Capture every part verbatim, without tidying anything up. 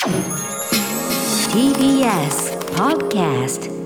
ティービーエス Podcast。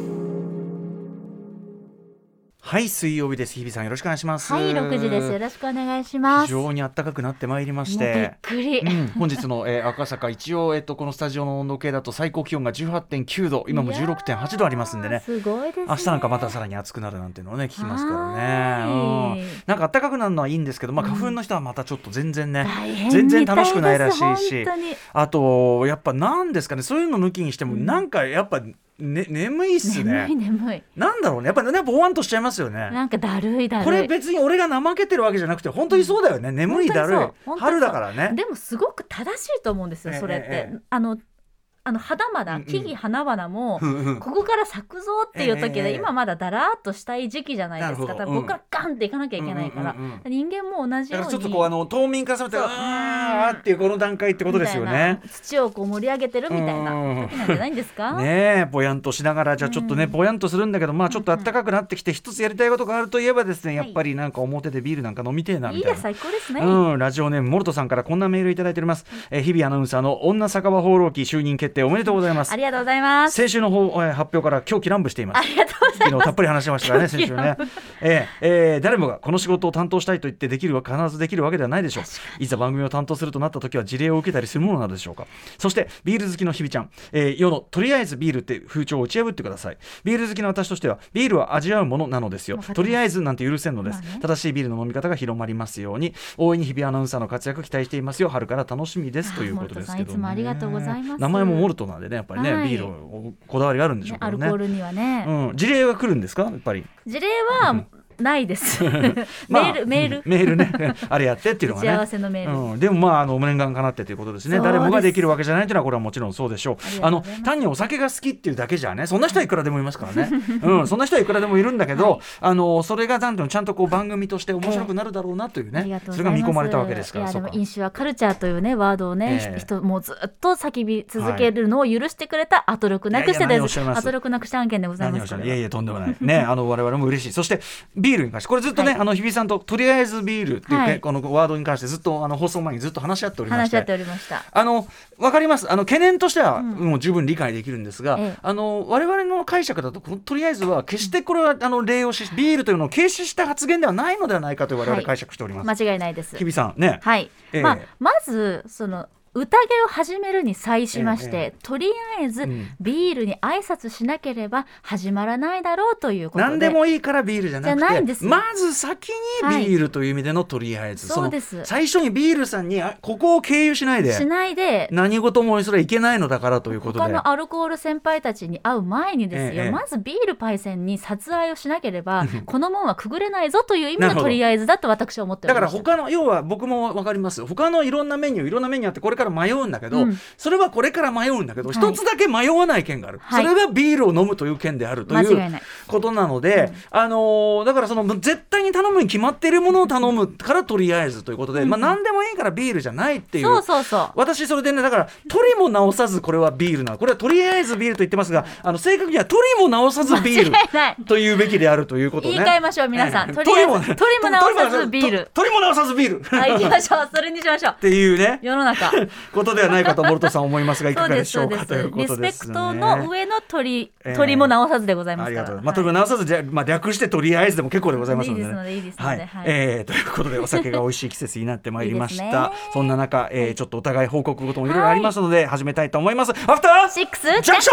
はい、水曜日です。日比さんよろしくお願いします。 はい、ろくじです。よろしくお願いします。 非常に暖かくなってまいりまして、 びっくり、 うん、本日の、えー、赤坂一応、えっと、このスタジオの温度計だと最高気温が じゅうはちてんきゅうど、今も じゅうろくてんはちどありますんでね、 すごいですね。 明日なんかまたさらに暑くなるなんていうのをね聞きますからね、 はい、 うん、なんか暖かくなるのはいいんですけど、まあ、花粉の人はまたちょっと全然ね、 うん、 全然楽しくないらしいし、 本当にあとやっぱなんですかね、そういうの抜きにしても、うん、なんかやっぱね、眠いっすね。 眠い眠い。 なんだろうね、やっぱりね、ぼわんとしちゃいますよね。 なんかだるいだるい。 これ別に俺が怠けてるわけじゃなくて本当にそうだよね、うん、眠いだるい春だからね。 でもすごく正しいと思うんですよ、それって、ええ、あのあの花々、木々花々も、うんうん、ここから咲くぞっていう時で、ええ、今まだだらーっとしたい時期じゃないですか。多分ここからガンっていかなきゃいけないから、うんうんうん、人間も同じように、だからちょっとこうあの冬眠化されてあーっていうこの段階ってことですよね。 土をこう盛り上げてるみたいな時なんじゃないんですかねえ、ぼやんとしながら、じゃあちょっとね、うん、ぼやんとするんだけど、まあちょっと暖かくなってきて、一つやりたいことがあるといえばですね、やっぱりなんか表でビールなんか飲みてえなみたいな。 いいです、最高ですね、 うん、ラジオネームモルトさんからこんなメールいただいております、えー、日々アナウンサーの女酒場放浪記就任決定おめでとうございます。 ありがとうございます。 先週の方、えー、発表から狂気乱舞しています。 ありがとうございます。 昨日たっぷり話しましたからね、先週ね、えーえー、誰もがこの仕事を担当したいと言ってできるは必ずできるわけではないでしょう。いざ番組を担当するとなった時は事例を受けたりするものなのでしょうか。そしてビール好きの日々ちゃん、えー、世のとりあえずビールって風潮を打ち破ってください。ビール好きの私としてはビールは味わうものなのですよ。とりあえずなんて許せんのです、まあね、正しいビールの飲み方が広まりますように、大いに日々アナウンサーの活躍期待していますよ。春から楽しみですということですけどね。 いつもありがとうございます。 名前もモルトなんでね、やっぱりね、はい、ビールをこだわりがあるんでしょうけどね、 アルコールにはね、 うん、事例が来るんですか、やっぱり。 事例はないですメールメールメールねあれやってっていうのがね、 打ち合わせのメール、 うん、でもまああの念願かなってということですね。誰もができるわけじゃないというのはこれはもちろんそうでしょう。あの単にお酒が好きっていうだけじゃね、そんな人はいくらでもいますからね、うん、そんな人はいくらでもいるんだけど、はい、あのそれがなんていうのちゃんとこう番組として面白くなるだろうなというね、えー、それが見込まれたわけですから。 いやでも飲酒はカルチャーというねワードをね、えー、人もうずっと叫び続けるのを許してくれた後力なくしてです。後力なくした案件でございます。 いやいやとんでもないね、あの我々も嬉しい。そしてビールに関してこれずっとね、はい、あの日比さんととりあえずビールっていう、ね、はい、このワードに関してずっとあの放送前にずっと話し合っておりまして、 話し合っておりました。 あの分かります、あの懸念としてはもう十分理解できるんですが、うん、あの我々の解釈だととりあえずは決してこれはあの例をしビールというのを軽視した発言ではないのではないかと我々解釈しております、 はい、間違いないです。 日比さんね、 はい、えーまあ、まずその宴を始めるに際しまして、ええ、とりあえずビールに挨拶しなければ始まらないだろうということで、 何でもいいからビールじゃなくて、 じゃないんです。 まず先にビールという意味でのとりあえず、はい、 そうです。 最初にビールさんにここを経由しないでしないで何事もそれはいけないのだからということで、 他のアルコール先輩たちに会う前にですよ、ええ、まずビールパイセンに殺害をしなければこの門はくぐれないぞという意味のとりあえずだと私は思っておりました。 だから他の要は僕も分かります、他のいろんなメニューいろんなメニューあってこれから迷うんだけど、うん、それはこれから迷うんだけど一、はい、つだけ迷わない件がある、はい、それがビールを飲むという件であるということなので、うん、あのー、だからその絶対に頼むに決まっているものを頼むからとりあえずということで、うん、まあ、何でもいいからビールじゃないっていう、 そうそうそう、 私それでね、だから取りも直さずこれはビールなの、これはとりあえずビールと言ってますが、あの正確には取りも直さずビールというべきであるということね。 言い換えましょう皆さん、えー、とりあえず取りも直さずビール、 取りも直さずビール、 はい、行きましょう、それにしましょうっていうね世の中ことではないかとモルトさん思いますがいかがでしょうかということですね。 リスペクトの上の鳥、えー、鳥も直さずでございますから、ありがとう、 まあ、鳥も直さずじゃ、まあ、略してとりあえずでも結構でございますので、ね、 いいですのでいいですので、 はいはい、えー、ということでお酒が美味しい季節になってまいりました。いいですね、そんな中、えー、ちょっとお互い報告事もいろいろありますので、はい、始めたいと思います。アフターシックスジャンクション、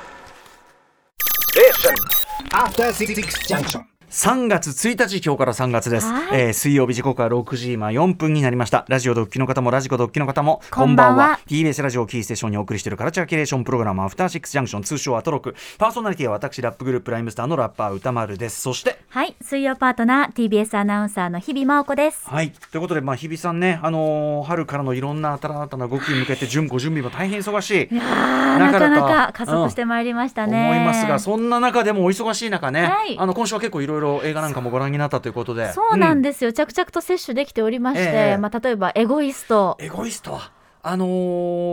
アフターシックスジャンクション、さんがつついたち、今日からさんがつです、えー、水曜日時刻はろくじ今よんぷんになりました。ラジオドッキの方もラジコドッキの方もこんばんは。 ティービーエス ラジオキーステーションにお送りしているカルチャーキュレーションプログラムアフターシックスジャンクション、通称アトロク。パーソナリティは私ラップグループライムスターのラッパー歌丸です。そしてはい水曜パートナー ティービーエス アナウンサーの日々真央子です。 はいということで、まあ、日々さんね、あのー、春からのいろんな新たな動きに向けて準ご準備も大変忙しい、 いやなかなか加速してまいりましたね、 うん、思いますが、そんな中でもお忙しい中ね、はい、あの今週は結構いろいろ映画なんかもご覧になったということで、 そうなんですよ、うん、着々と摂取できておりまして、えーまあ、例えばエゴイストエゴイストはあのー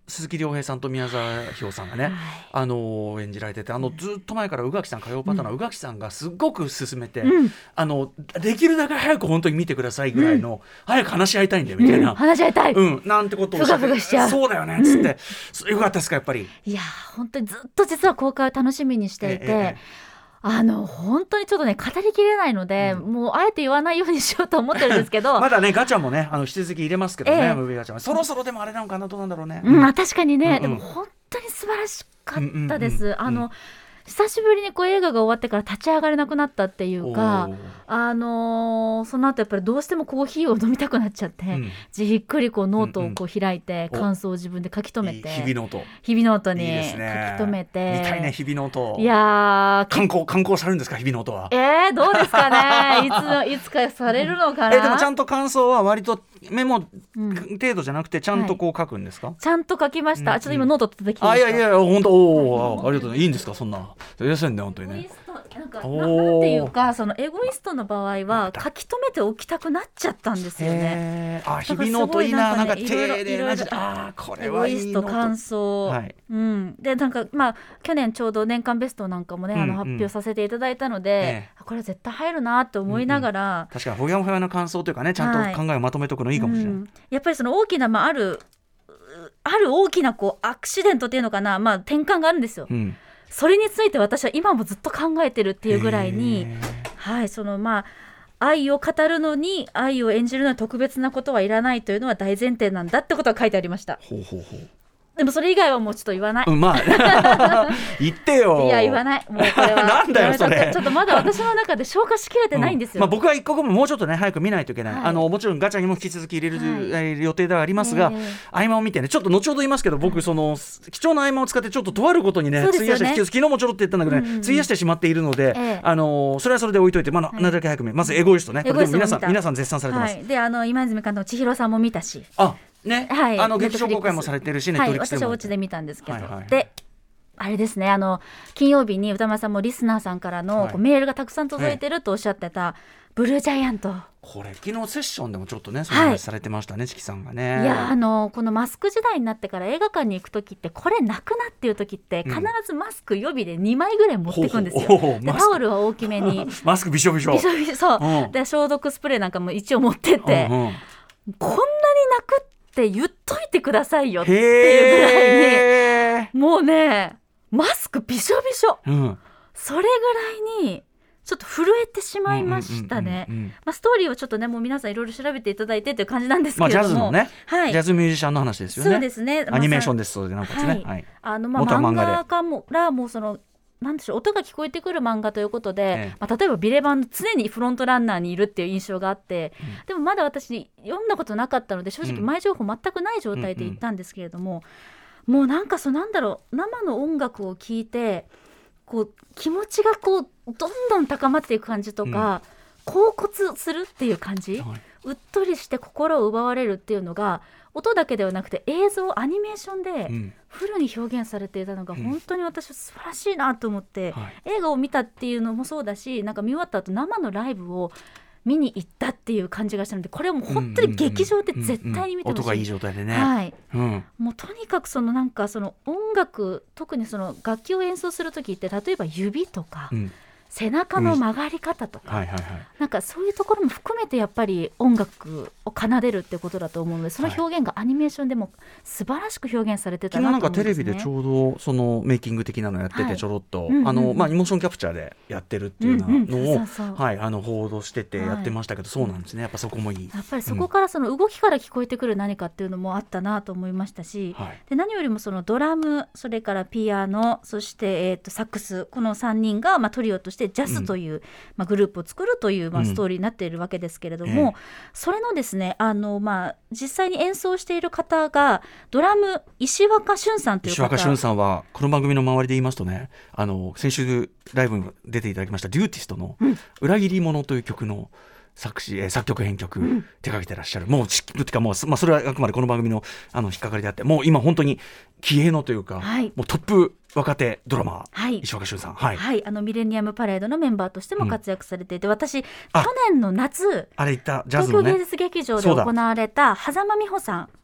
鈴木亮平さんと宮沢ひょうさんがね、はい、あの演じられてて、あのずっと前から宇垣さん通うパターンの宇垣さんがすごく勧めて、うん、あのできるだけ早く本当に見てくださいぐらいの、うん、早く話し合いたいんだよみたいな、 うん、話し合いたい、 うん、なんてことをおっしゃって、ふがふがしちゃう、そうだよねっつって、うん、よかったですかやっぱり。 いや本当にずっと実は公開を楽しみにしていて、ええええ、あの本当にちょっとね語りきれないので、うん、もうあえて言わないようにしようと思ってるんですけどまだねガチャもねあの引き続き入れますけどね、えー、ムービーガチャもそろそろでもあれなのかな、どうなんだろうね、 うんまあ、確かにね、うんうん、でも本当に素晴らしかったです、うんうんうん、あの久しぶりにこう映画が終わってから立ち上がれなくなったっていうか、あのー、その後やっぱりどうしてもコーヒーを飲みたくなっちゃって、うん、じっくりこうノートをこう開いて、うんうん、感想を自分で書き留めて、 日々ノート日々ノートに書き留めて、 見たいね日々ノート。 いや観光観光されるんですか日々ノートは。 えー、どうですかねいつのいつかされるのかな。 えでもちゃんと感想は割とメモ程度じゃなくてちゃんとこう書くんですか、 はい、ちゃんと書きました、うん、ちょっと今ノート出てきました。 あいやいや本当おおありがとうございます。いいんですかそんな安いんだ本当にね。 なんかななんていうかそのエゴイストの場合は書き留めておきたくなっちゃったんですよね。 あ日々ノートいいな、なんか丁寧な字、あこれはいいノート、エゴイスト感想、はいうん、でなんかまあ去年ちょうど年間ベストなんかもね、うんうん、あの発表させていただいたので、えー、これ絶対入るなと思いながら、うんうん、 確かにほやほやな感想というかねちゃんと考えをまとめとくのいいかもしれない、はいうん、 やっぱりその大きな、まあ、あるある大きなこうアクシデントっていうのかな、まあ、転換があるんですよ、うんそれについて私は今もずっと考えてるっていうぐらいに、はい、そのまあ愛を語るのに愛を演じるのに特別なことはいらないというのは大前提なんだってことが書いてありました。 ほうほうほう。 でもそれ以外はもうちょっと言わない、 うん、まあ言ってよ。 いや言わないもうこれはなんだよそれちょっとまだ私の中で消化しきれてないんですよ、 うんまあ、僕は一刻ももうちょっとね早く見ないといけない、はい、あのもちろんガチャにも引き続き入れる、はい、予定ではありますが、えー、合間を見てねちょっと後ほど言いますけど僕、はい、その貴重な合間を使ってちょっととあることにね費やして、昨日もちょろっと言ったんだけどね、うんうん、費やしてしまっているので、えー、あのそれはそれで置いといて、まあ、はい、なるだけ早く見まずエゴイストね、これでも皆さん皆さん絶賛されてます、 はい、であの今泉監督千尋さんも見たしあね、はい、あの劇場公開もされてるしね、 はい、私はお家で見たんですけど、はいはい、であれですねあの金曜日に歌丸さんもリスナーさんからの、はい、こうメールがたくさん届いてるとおっしゃってた、はい、ブルージャイアント、 これ昨日セッションでもちょっとねその話されてましたね、はい、チキさんがね。 いやあのこのマスク時代になってから映画館に行く時ってこれなくなっていう時って必ずマスク予備でにまいぐらい持っていくんですよ、うん、でタオルは大きめにマスクびしょびしょびしょびしょそう、うん、で消毒スプレーなんかも一応持ってって、うんうん、こんなになくって言っといてくださいよっていうぐらいにもうねマスクびしょびしょ、うん、それぐらいにちょっと震えてしまいましたね。ストーリーをちょっとねもう皆さんいろいろ調べていただいてという感じなんですけれども、 まあ、ジャズのね、はい、ジャズミュージシャンの話ですよね。 そうですね、 アニメーションですそうでなおかつね、はいはい、 あのまあ漫画家もらもうそのなんでしょう音が聞こえてくる漫画ということで、ええまあ、例えばビレバンの常にフロントランナーにいるっていう印象があって、うん、でもまだ私読んだことなかったので正直前情報全くない状態で行ったんですけれども、うんうん、もうなんかそうなんだろう生の音楽を聴いてこう気持ちがこうどんどん高まっていく感じとか、うん、恍惚するっていう感じ、はい、うっとりして心を奪われるっていうのが音だけではなくて映像アニメーションでフルに表現されていたのが本当に私は素晴らしいなと思って、うんはい、映画を見たっていうのもそうだしなんか見終わった後生のライブを見に行ったっていう感じがしたのでこれはもう本当に劇場で絶対に見てほしい、 音がいい状態でね、 はいうん、もうとにかくそのなんかその音楽特にその楽器を演奏する時って例えば指とか、うん背中の曲がり方とか、うんはいはいはい、なんかそういうところも含めてやっぱり音楽を奏でるってことだと思うのでその表現がアニメーションでも素晴らしく表現されてたなと思うんですね。 昨日なんかテレビでちょうどそのメイキング的なのやっててちょろっと、はいあのまあ、イモーションキャプチャーでやってるっていうようなのを報道しててやってましたけど、はい、そうなんですねやっぱそこもいいやっぱりそこからその動きから聞こえてくる何かっていうのもあったなと思いましたし、はい、で何よりもそのドラムそれからピアノそして、えー、とサックスこのさんにんが、まあ、トリオとしてジャズという、うんまあ、グループを作るという、まあ、ストーリーになっているわけですけれども、うんえー、それのですねあの、まあ、実際に演奏している方がドラム石若俊さんという方。 石若俊さんはこの番組の周りで言いますとねあの先週ライブに出ていただきましたデューティストの裏切り者という曲の作詞、えー、作曲編曲、うん、手掛けてらっしゃるもうちってかもう、まあ、それはあくまでこの番組の、あの引っかかりであってもう今本当に気鋭のというか、はい、もうトップ若手ドラマー、はい、石若俊さん、はいはい、あのミレニアムパレードのメンバーとしても活躍されていて、うん、私去年の夏あれ言ったジャズの、ね、東京芸術劇場で行われた狭間美穂さん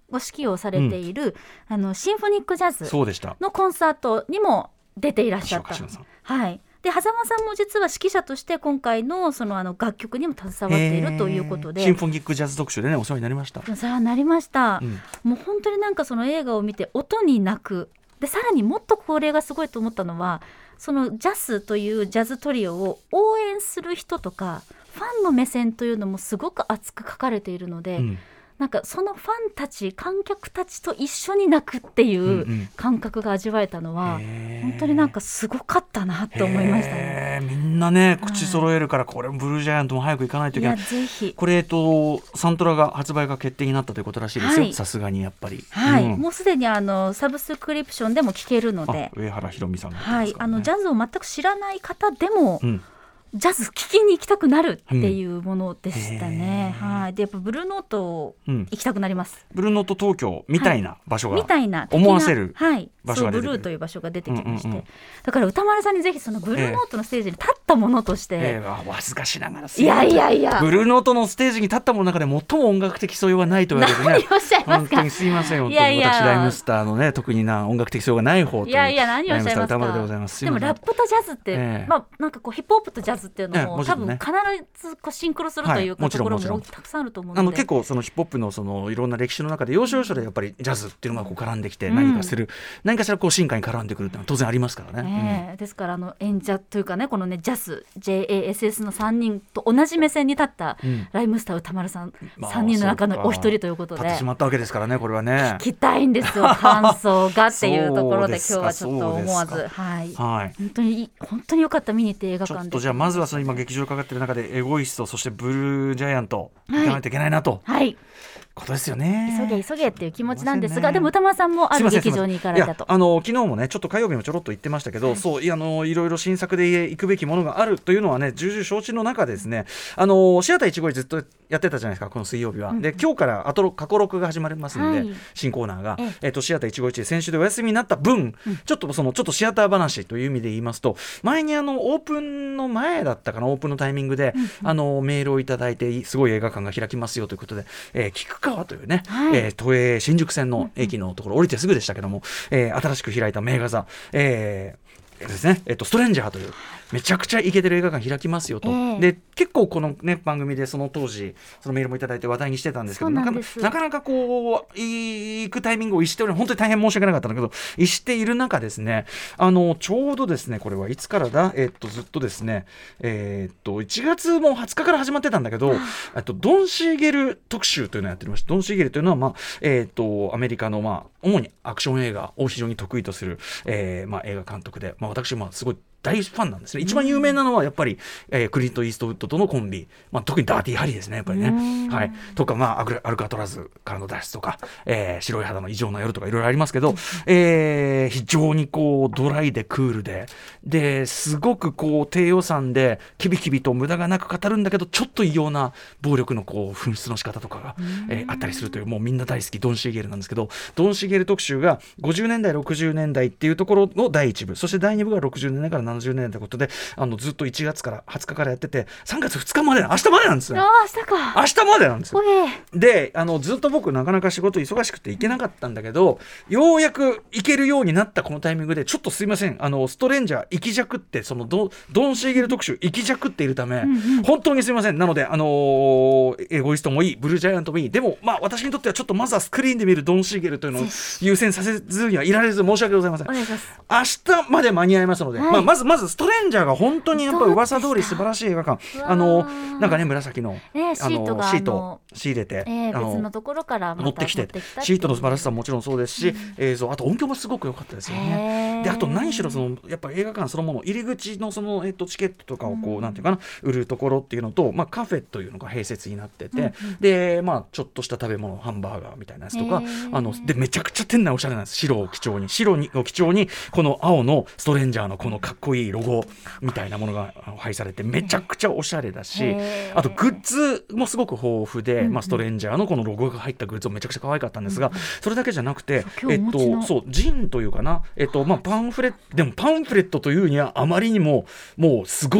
ご指揮をされている、うん、あのシンフォニックジャズのコンサートにも出ていらっしゃった。はい、で狭間さんも実は指揮者として今回 の, そのあの楽曲にも携わっているということで、 シンフォニックジャズ特集でねお世話になりました。 お世話になりました、うん、もう本当になんかその映画を見て音に泣く。でさらにもっとこれがすごいと思ったのは、そのジャスというジャズトリオを応援する人とかファンの目線というのもすごく熱く書かれているので、うん、なんかそのファンたち観客たちと一緒に泣くっていう感覚が味わえたのは、うんうん、本当になんかすごかったなと思いましたね。 みんなね口揃えるから、これブルージャイアントも早く行かないといけない。いやぜひこれ、えっと、サントラが発売が決定になったということらしいですよ。さすがにやっぱり、 はい、うん、もうすでにあのサブスクリプションでも聴けるので、 上原ひろみさんが、ね、 はい、あのジャズを全く知らない方でも、うん、ジャズ聴きに行きたくなるっていうものでしたね、うん、はい。でやっぱブルーノート行きたくなります、 うん、ブルーノート東京みたいな場所が、 はい、みたいな思わせる場所が出てくる、はい、そうブルーという場所が出てきまして、うんうんうん、だから歌丸さんにぜひそのブルーノートのステージに立ったものとして、 えーえー、わずかしながらいやいやいやブルーノートのステージに立ったものの中で最も音楽的素養がないと言われるね。 何をおっしゃいますか。 本当にすいません。本当に私ライムスターのね特にな音楽的素養がない方という、 いやいや何をおっしゃいますか。 ライムスター歌丸でございます。 でもラップとジャズって、えー、まあなんかこうヒップホップとジャズっていうのも、えー、多分必ずこうシンクロするというか、はい、ところもたくさんあると思うので、 あの結構そのヒップホップのそのいろんな歴史の中で要所要所でやっぱりジャズっていうのがこう絡んできて何かする、うん、何かしらこう進化に絡んでくるっていうのは当然ありますからね、 えーうん、ですからあの演者というかねこのねジャズ ジェイエーエスエス のさんにんと同じ目線に立った、うん、ライムスター歌丸さん、まあ、さんにんの中のお一人ということで立ってしまったわけですからね。これはね聞きたいんですよ感想がっていうところで今日はちょっと思わず、はいはい、本当に本当に良かった。見に行って映画館でちょっとじゃあまずはその今劇場かかってる中でエゴイストそしてブルージャイアント行かないといけないなと、 はいはいことですよね。 急げ急げっていう気持ちなんですが、でも歌丸さんもある劇場に行かれたと。 あの昨日もねちょっと火曜日もちょろっと言ってましたけど、はい、そういやあのいろいろ新作で行くべきものがあるというのはね重々承知の中ですね、あのシアターいちごいずっとやってたじゃないですかこの水曜日は、うん、で今日からあと過去録が始まりますので、はい、新コーナーが、ええっと、シアターいちごいちで先週でお休みになった分、うん、ちょっとそのちょっとシアター話という意味で言いますと、前にあのオープンの前だったかなオープンのタイミングで、うん、あのメールをいただいてすごい映画館が開きますよということで、えー、菊川というね、はいえー、都営新宿線の駅のところ降りてすぐでしたけども、えー、新しく開いた名画座、えーですねえっと、ストレンジャーというめちゃくちゃイケてる映画館開きますよと、えー、で結構この、ね、番組でその当時そのメールもいただいて話題にしてたんですけど、なかなかなかこう行くタイミングを逸しており本当に大変申し訳なかったんだけど逸している中ですね、あのちょうどですねこれはいつからだ、えっと、ずっとですね、えー、っといちがつもはつかから始まってたんだけどあとドン・シーゲル特集というのをやっておりました。ドン・シーゲルというのは、まあえー、っとアメリカの、まあ、主にアクション映画を非常に得意とする、えーまあ、映画監督で、まあ、私もすごい大ファンなんですね。一番有名なのはやっぱり、えー、クリント・イーストウッドとのコンビ、まあ、特にダーティー・ハリーですねやっぱりね、はい、とか、まあ、アルアルカトラズからの脱出とか、えー、白い肌の異常な夜とかいろいろありますけど、えー、非常にこうドライでクールでですごくこう低予算でキビキビと無駄がなく語るんだけどちょっと異様な暴力のこう噴出の仕方とかが、えー、あったりするというもうみんな大好きドン・シーゲルなんですけど、ドン・シーゲル特集がごじゅうねんだいろくじゅうねんだいっていうところのだいいち部、そしてだいに部がろくじゅうねんだいからななじゅうねんだいということであのずっといちがつからはつかからやっててさんがつふつかまで明日までなんですよ。 あ明日か明日までなんですよ。であのずっと僕なかなか仕事忙しくて行けなかったんだけどようやく行けるようになったこのタイミングでちょっとすいませんあのストレンジャー生き弱ってその ド, ドン・シーゲル特集生き弱っているため、うんうん、本当にすいません。なのであのー、エゴイストもいいブルージャイアントもいいでもまあ私にとってはちょっとまずはスクリーンで見るドン・シーゲルというのを優先させずにはいられず申し訳ございません。 お願いします。 明日まで間に合いますので、はいまあ、まずまずストレンジャーが本当にやっぱり噂通り素晴らしい映画館あのなんかね紫の、 ね、シートがシート仕入れて、 えー、別のところから持ってきてシートの素晴らしさももちろんそうですし、うん、映像あと音響もすごく良かったですよね。であと何しろそのやっぱり映画館そのもの入り口のその、えっと、チケットとかをこう、うん、なんていうかな売るところっていうのと、まあ、カフェというのが併設になってて、うんうん、でまあちょっとした食べ物ハンバーガーみたいなやつとかあのでめちゃくちゃ店内おしゃれなんです。白を基調に白を基調にこの青のストレンジャーのこのかっこいいロゴみたいなものが配されてめちゃくちゃおしゃれだしあとグッズもすごく豊富で、まあ、ストレンジャーのこのロゴが入ったグッズもめちゃくちゃ可愛かったんですが、それだけじゃなくてえっとそうジンというかなえっとまあパンフレットでもパンフレットというにはあまりにももうすごく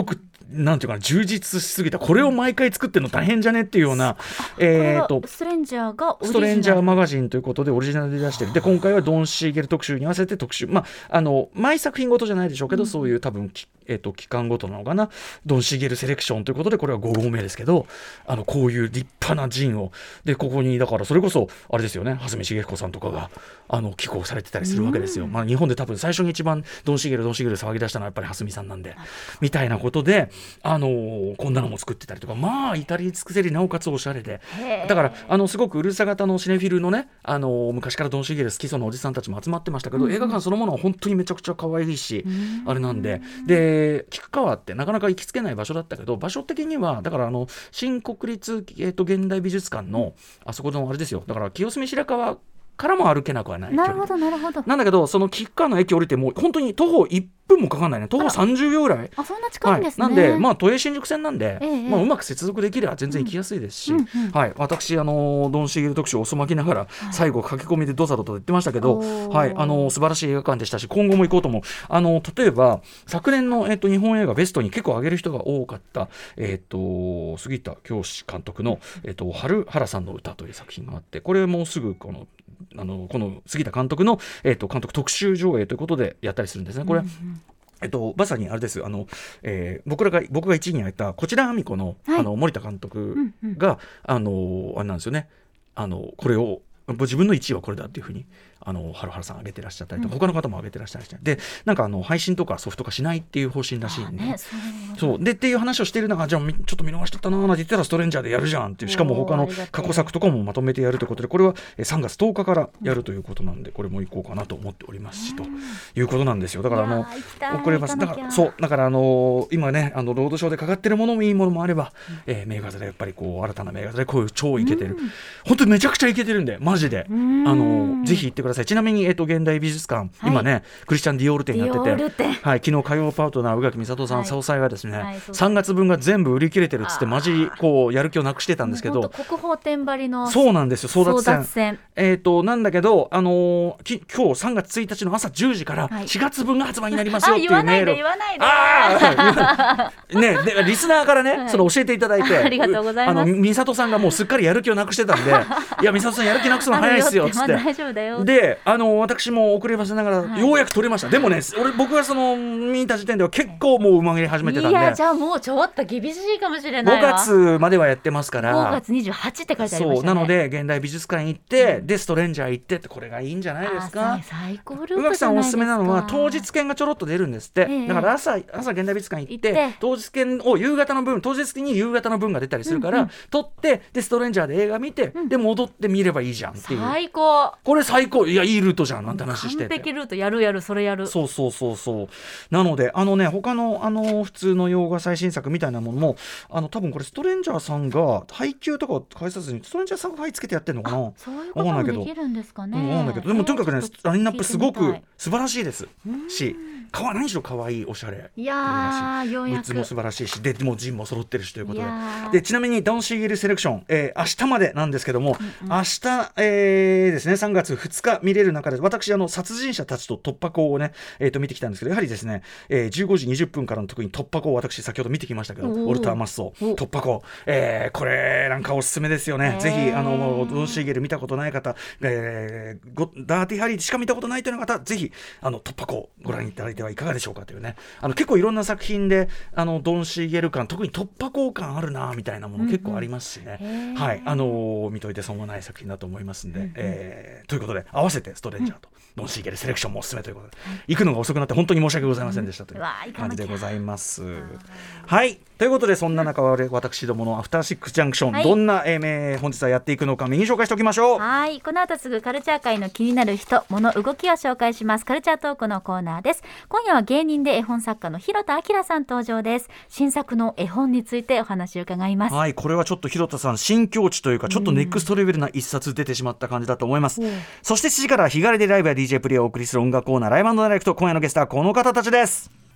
なんていうかな充実しすぎたこれを毎回作ってるの大変じゃねっていうような、 えー、とストレンジャーがオリジナルストレンジャーマガジンということでオリジナルで出してるで今回はドン・シーゲル特集に合わせて特集、まあ、あの毎作品ごとじゃないでしょうけど、うん、そういう多分、えー、と期間ごとなのかなドン・シーゲルセレクションということでこれはごごうめですけどあのこういう立派なジンをでここにだからそれこそあれですよね蓮見茂彦さんとかがあの寄稿されてたりするわけですよ、うんまあ、日本で多分最初に一番ドン・シーゲルドン・シーゲル騒ぎ出したのはやっぱり蓮見さんなんでみたいなことで、あのー、こんなのも作ってたりとかまあ至り尽くせりなおかつおしゃれでだからあのすごくうるさ型のシネフィルのね、あのー、昔からドン・シーゲル好きそうなおじさんたちも集まってましたけど、うん、映画館そのものは本当にめちゃくちゃ可愛いし、うん、あれなんでで菊川ってなかなか行きつけない場所だったけど場所的にはだからあの新国立、えー、と現代美術館のあそこのあれですよだから清澄白河からも歩けなくはないなるほどなるほどなんだけどその菊川の駅降りてもう本当に徒歩いっぷんもかかんないね徒歩さんじゅうびょうぐらいあ, あそんな近いんですね、 はい、なんでまあ都営新宿線なんで、 ええまあ、うまく接続できれば全然行きやすいですし、うんうんうんはい、私あのドン・シーゲル特集を遅まきながら、はい、最後駆け込みでドサドと言ってましたけど、はい、あの素晴らしい映画館でしたし今後も行こうと思うあの例えば昨年の、えっと、日本映画ベストに結構上げる人が多かった、えっと、杉田教師監督の、えっと、春原さんの歌という作品があってこれもうすぐこのあのこの杉田監督の、えー、と監督特集上映ということでやったりするんですねこれ、うんうんえっと、まさにあれですあの、えー、僕らが僕がいちいに挙げたこちらあみ子 の,、はい、あの森田監督が、うんうん、あのあれなんですよねあのこれを自分のいちいはこれだっていうふうにあのハルハルさん上げてらっしゃったりとか、うん、他の方も上げてらっしゃったりでなんかあの配信とかソフト化しないっていう方針らしいんで、ね、そうでっていう話をしている中じゃあちょっと見逃しちゃったなーなんて言ったらストレンジャーでやるじゃんっていうしかも他の過去作とかもまとめてやるということでこれはさんがつとおかからやるということなんでこれも行こうかなと思っておりますし、うん、ということなんですよだからあの遅れますだからそうだからあの今ねあのロードショーでかかってるものもいいものもあれば、うんえー、名画座でやっぱりこう新たな名画座でこういう超イケてる、うん、本当にめちゃくちゃイケてるんでマジで、うん、あのぜひ行ってくださいちなみにえっと現代美術館、はい、今ねクリスチャン・ディオール展やってて、はい、昨日火曜パートナー宇垣美里さん、はい、総裁がですね、はい、さんがつぶんが全部売り切れてるっつってマジこうやる気をなくしてたんですけど国宝展張りのそうなんですよ争奪戦、争奪戦えー、となんだけど、あのー、き今日さんがつついたちの朝じゅうじからしがつぶんが発売になりますよっていうメール、 はい、言わないで言わないでね、でリスナーからね、はい、その教えていただいてありがとうございます。 あの美里さんがもうすっかりやる気をなくしてたんでいや美里さんやる気なくすの早いっすよっつって、まあ、大丈夫だよであの私も遅ればせながら、はい、ようやく取れました。でもね俺僕がその見た時点では結構もううまげり始めてたんで、 いやじゃあもうちょっと厳しいかもしれないわ。 ごがつまではやってますからごがつにじゅうはちって書いてありましたね。 そうなので現代美術館行って、うん、でストレンジャー行ってってこれがいいんじゃないですか。 最高ループじゃないですか。 宇垣さんおすすめなのは当日券がちょろっと出るんですって、ええ、だから朝朝現代美術館行って当日券を夕方の分当日に夕方の分が出たりするから、うんうん、撮ってでストレンジャーで映画見て、うん、で戻って見ればいいじゃんっていう。 最高これ最高いやいいルートじゃんなんて話してて完璧ルートやるやるそれやる。 そうそうそうそうなのであのね他のあの普通の洋画最新作みたいなものもあの多分これストレンジャーさんが配給とかを返さずにストレンジャーさんが配つけてやってるのかな。 そういうこともできるんですかね。 分かんないけどでもとにかくねラインナップすごく素晴らしいですしかわ何しろかわいいおしゃれいやーようやくグッズも素晴らしいしでもうジンも揃ってるしということででちなみにドン・シーゲルセレクション、えー、明日までなんですけども、うんうん、明日、えー、ですねさんがつふつか見れる中で私あの殺人者たちと突破口をね、えー、と見てきたんですけどやはりですね、えー、じゅうごじにじゅっぷんからの特に突破口を私先ほど見てきましたけどウォルター・マッソ突破口、えー、これなんかおすすめですよね。ぜひあのドン・シーゲル見たことない方、えー、ゴダーティハリーしか見たことないという方ぜひあの突破口ご覧いただいてはいかがでしょうかというねあの結構いろんな作品であのドン・シーゲル感特に突破口感あるなみたいなもの結構ありますしね、うんうん、はいあのー、見といて損はない作品だと思いますんで、うんうんえー、ということで合わせてストレンジャーとドン・シーゲルセレクションもおすすめということで、うん、行くのが遅くなって本当に申し訳ございませんでしたという感じでございます、うん、はいということでそんな中私どものアフターシックスジャンクション、はい、どんな、えー、本日はやっていくのか右紹介しておきましょう。 はいこの後すぐカルチャー界の気になる人物動きを紹介しますカルチャートークのコーナーです。今夜は芸人で絵本作家の広田明さん登場です。新作の絵本についてお話を伺います。 はいこれはちょっと広田さん新境地というかちょっとネクストレベルな一冊出てしまった感じだと思います、うん、そしてしちじから日帰りでライブや ディージェー プレイをお送りする音楽コーナーライブ&ダイレクト今夜のゲストはこの方たちです。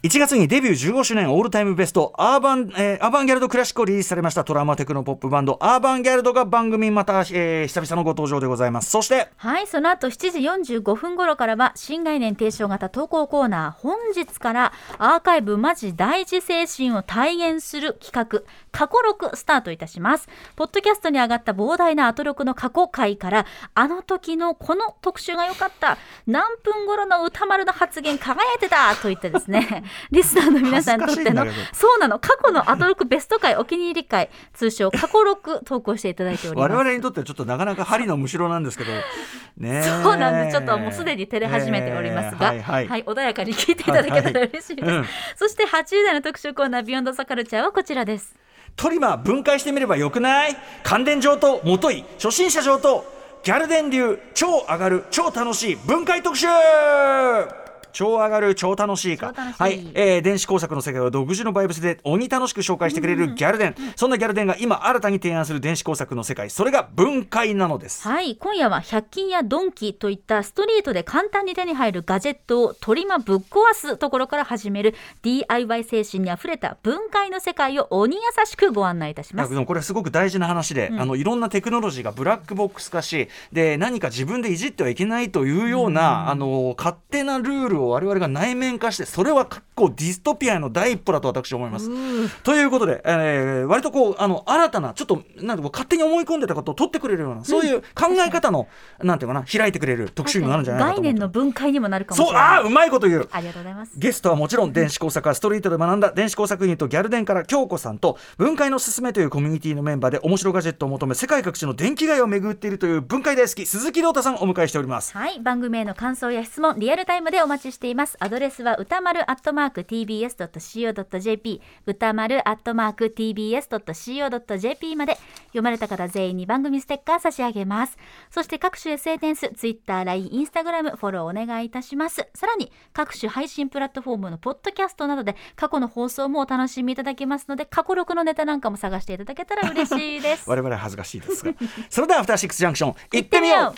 いちがつにデビューじゅうごしゅうねんオールタイムベストアーバン、えー、アバンギャルドクラシックをリリースされましたトラウマテクノポップバンドアーバンギャルドが番組また、えー、久々のご登場でございます。そしてはいその後しちじよんじゅうごふん頃からは新概念提唱型投稿コーナー、本日からアーカイブマジ大事精神を体現する企画過去録スタートいたします。ポッドキャストに上がった膨大なアトロクの過去回からあの時のこの特集が良かった、何分頃の歌丸の発言輝いてたといったですねリスナーの皆さんにとってのそうなの過去のアトロクベスト回お気に入り回通称過去録投稿していただいております。 我々にとってはちょっとなかなか針のむしろなんですけどねそうなんでちょっともうすでに照れ始めておりますが、えーはいはいはい、穏やかに聞いていただけたら嬉しいです、はいはいうん、そしてはちじ台の特集コーナービヨンドザカルチャーはこちらです。 トリマー分解してみればよくない？乾電上等もとい初心者上等ギャル電流超上がる超楽しい分解特集。超上がる超楽しいか楽しい、 はいえー、電子工作の世界を独自のバイブスで鬼楽しく紹介してくれるギャル電、うんうん、そんなギャル電が今新たに提案する電子工作の世界、それが分解なのです。 はい今夜はひゃく均やドンキといったストリートで簡単に手に入るガジェットをトリマぶっ壊すところから始める ディーアイワイ 精神にあふれた分解の世界を鬼優しくご案内いたします。 でもこれはすごく大事な話で、うん、あのいろんなテクノロジーがブラックボックス化しで何か自分でいじってはいけないというような、うん、あの勝手なルールを我々が内面化して、それは結構ディストピアの第一歩だと私は思います。ということで、えー、割とこうあの新たなちょっとなんて勝手に思い込んでたことを取ってくれるような、うん、そういう考え方のなんていうかな開いてくれる特集になるんじゃないかと思って、 概念の分解にもなるかもしれない。 そうあうまいこと言う。 ありがとうございます。 ゲストはもちろん電子工作家ストリートで学んだ電子工作ユニットギャル電から京子さんと分解のすすめというコミュニティのメンバーで面白ガジェットを求め世界各地の電気街を巡っているという分解大好き鈴木亮太さんをお迎えしております。 はい番組への感想や質問リアルタイムでお待ちしています。アドレスは歌丸アットマーク ティービーエスドットシーオードットジェーピー 歌丸アットマーク ティービーエスドットシーオードットジェーピー まで読まれた方全員に番組ステッカー差し上げます。そして各種 エスエヌエス Twitter、ライン、Instagram フォローお願いいたします。さらに各種配信プラットフォームのポッドキャストなどで過去の放送もお楽しみいただけますので過去録のネタなんかも探していただけたら嬉しいです我々は恥ずかしいですがそれではアフターシックスジャンクション行ってみよう。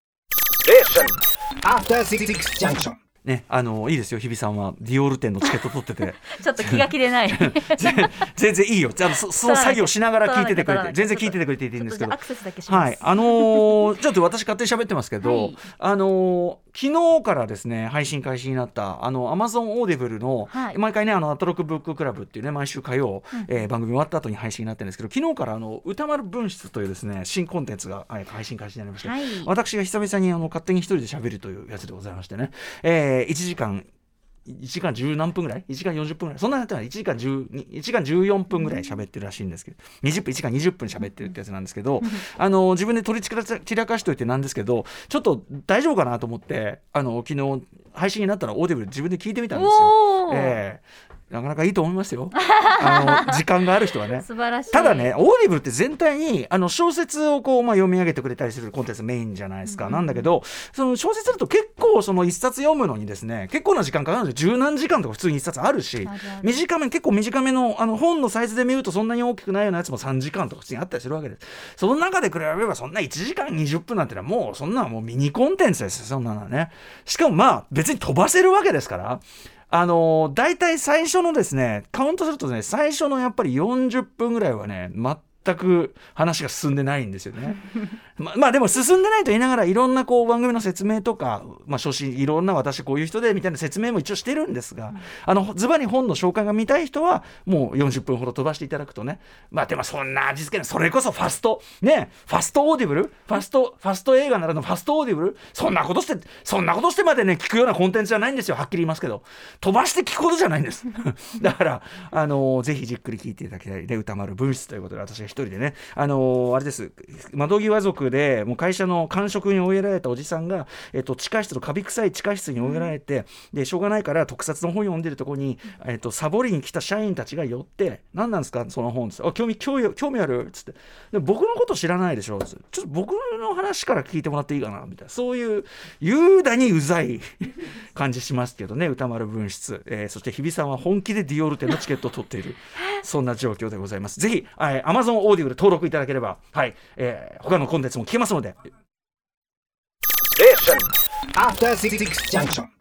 アフターシックスジャンクションね、あのいいですよ日比さんはディオール店のチケット取っててちょっと気が気でない全然いいよあの そ, その作業しながら聞いててくれて全然聞いててくれていいんですけどアクセスだけします、 はいあのー、ちょっと私勝手に喋ってますけど、はい、あのー、昨日からですね配信開始になったあの Amazon Audible の、はい、毎回ねあのアトロクブッククラブっていうね毎週火曜、うんえー、番組終わった後に配信になってるんですけど昨日からあの歌丸分室というですね新コンテンツが、はい、配信開始になりまして、はい、私が久々にあの勝手に一人で喋るというやつでございましてね、えー、いちじかんいちじかんじゅう何分ぐらいいちじかんよんじゅっぷんぐらいそんなになってないいちじかんじゅういちじかんじゅうよんぷんぐらい喋ってるらしいんですけどにじゅっぷんいちじかんにじゅっぷん喋ってるってやつなんですけどあの自分で取り散らかしといてなんですけどちょっと大丈夫かなと思ってあの昨日配信になったらオーディブル自分で聞いてみたんですよ、えーなかなかいいと思いますよあの時間がある人はね素晴らしい。 ただねオーディブルって全体にあの小説をこう、まあ、読み上げてくれたりするコンテンツメインじゃないですか、うん、なんだけどその小説だと結構その一冊読むのにですね結構な時間かかるんですよ。十何時間とか普通に一冊あるし短め結構短め の, あの本のサイズで見るとそんなに大きくないようなやつもさんじかんとか普通にあったりするわけです。その中で比べればそんないちじかんにじゅっぷんなんてのはもうそんなもうミニコンテンツですよそんなのね。しかもまあ別に飛ばせるわけですからあのー、大体最初のですねカウントするとね最初のやっぱりよんじゅっぷんぐらいはね全く話が進んでないんですよねま, まあでも進んでないと言いながらいろんなこう番組の説明とか、まあ、初心いろんな私こういう人でみたいな説明も一応してるんですが、うん、あのズバリ本の紹介が見たい人はもうよんじゅっぷんほど飛ばしていただくとねまあでもそんな味付けのそれこそファストねファストオーディブルファストファスト映画ならのファストオーディブルそんなことしてそんなことしてまでね聞くようなコンテンツじゃないんですよはっきり言いますけど飛ばして聞くことじゃないんですだからあのー、ぜひじっくり聞いていただきたいで歌丸分室ということで私が一人でねあのー、あれです窓際族でもう会社の官職に追いやられたおじさんが、えっと、地下室のカビ臭い地下室に追いやられて、うん、でしょうがないから特撮の本読んでるところに、えっと、サボりに来た社員たちが寄って何なんですかその本つってあ興味興味興味あるつってで僕のこと知らないでしょつってちょっと僕の話から聞いてもらっていいかなみたいなそういう優雅にうざい感じしますけどね歌丸分室、えー、そして日比さんは本気でディオール店のチケットを取っているそんな状況でございます。ぜひ、えー、Amazon Audible 登録いただければ、はいえー、他のコンテンツも聞けますので。After シックス Junction